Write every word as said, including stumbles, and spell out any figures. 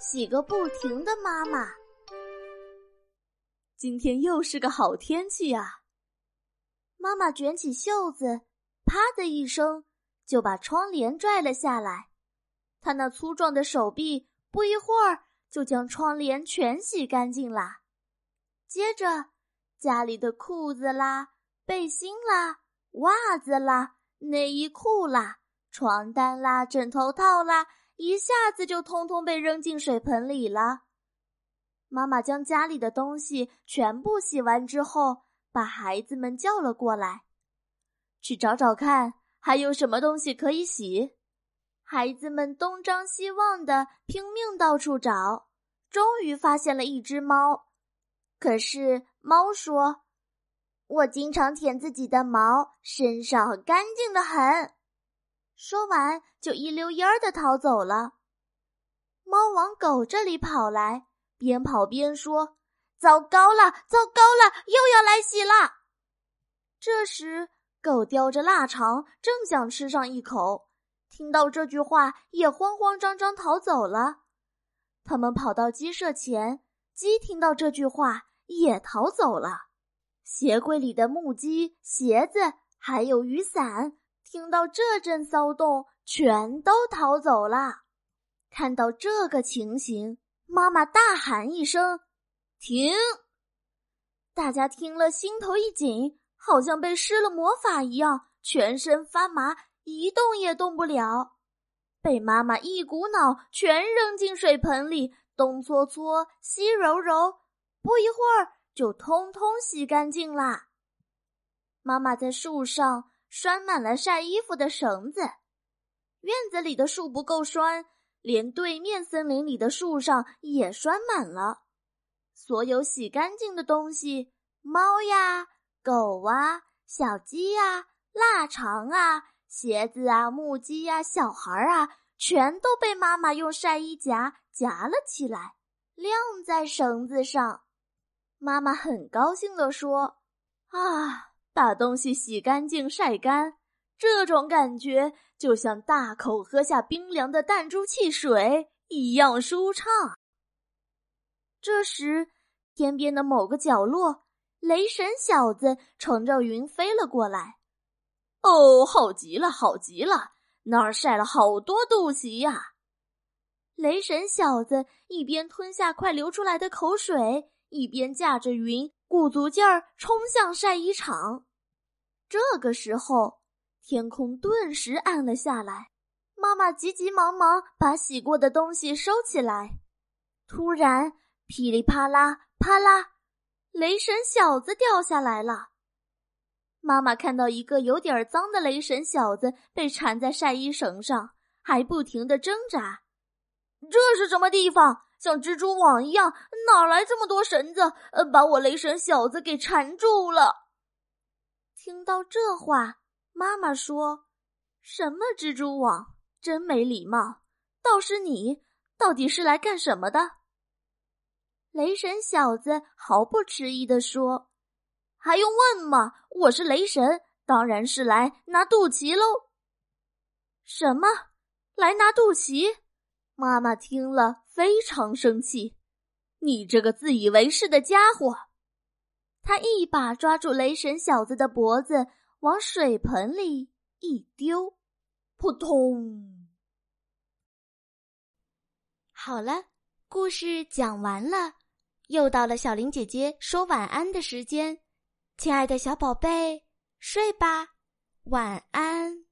洗个不停的妈妈。 今天又是个好天气呀！ 妈妈卷起袖子，啪的一声就把窗帘拽了下来。她那粗壮的手臂不一会儿就将窗帘全洗干净啦。接着，家里的裤子啦、背心啦、袜子啦、内衣裤啦、床单啦、枕头套啦，一下子就通通被扔进水盆里了。妈妈将家里的东西全部洗完之后，把孩子们叫了过来，去找找看还有什么东西可以洗。孩子们东张西望的拼命到处找，终于发现了一只猫。可是猫说：“我经常舔自己的毛，身上很干净的很。”说完就一溜烟儿地逃走了。猫往狗这里跑来，边跑边说：“糟糕了，糟糕了，又要来袭啦！”这时，狗叼着腊肠，正想吃上一口，听到这句话，也慌慌张张逃走了。他们跑到鸡舍前，鸡听到这句话，也逃走了。鞋柜里的木屐、鞋子还有雨伞，听到这阵骚动，全都逃走了。看到这个情形，妈妈大喊一声：“停！”大家听了心头一紧，好像被施了魔法一样，全身发麻，一动也动不了。被妈妈一股脑全扔进水盆里，东搓搓，西揉揉，不一会儿就通通洗干净啦。妈妈在树上拴满了晒衣服的绳子，院子里的树不够拴，连对面森林里的树上也拴满了。所有洗干净的东西，猫呀、狗啊、小鸡呀、腊肠啊、鞋子啊、木屐啊、小孩啊，全都被妈妈用晒衣夹夹了起来，晾在绳子上。妈妈很高兴地说：“啊，把东西洗干净晒干，这种感觉就像大口喝下冰凉的弹珠汽水一样舒畅。”这时，天边的某个角落，雷神小子乘着云飞了过来。 “哦，好极了，好极了，那儿晒了好多肚脐呀！” 雷神小子一边吞下快流出来的口水，一边驾着云，鼓足劲儿冲向晒衣场。这个时候，天空顿时暗了下来。妈妈急急忙忙把洗过的东西收起来。突然，噼里啪啦，啪啦，雷神小子掉下来了。妈妈看到一个有点脏的雷神小子被缠在晒衣绳上，还不停地挣扎。这是什么地方？像蜘蛛网一样，哪来这么多绳子？呃，把我雷神小子给缠住了。听到这话，妈妈说：“什么蜘蛛网？真没礼貌！倒是你，到底是来干什么的？”雷神小子毫不迟疑地说：“还用问吗？我是雷神，当然是来拿肚脐喽。”“什么？来拿肚脐？”妈妈听了非常生气。“你这个自以为是的家伙！”她一把抓住雷神小子的脖子，往水盆里一丢，扑通！好了，故事讲完了，又到了小林姐姐说晚安的时间。亲爱的小宝贝，睡吧，晚安。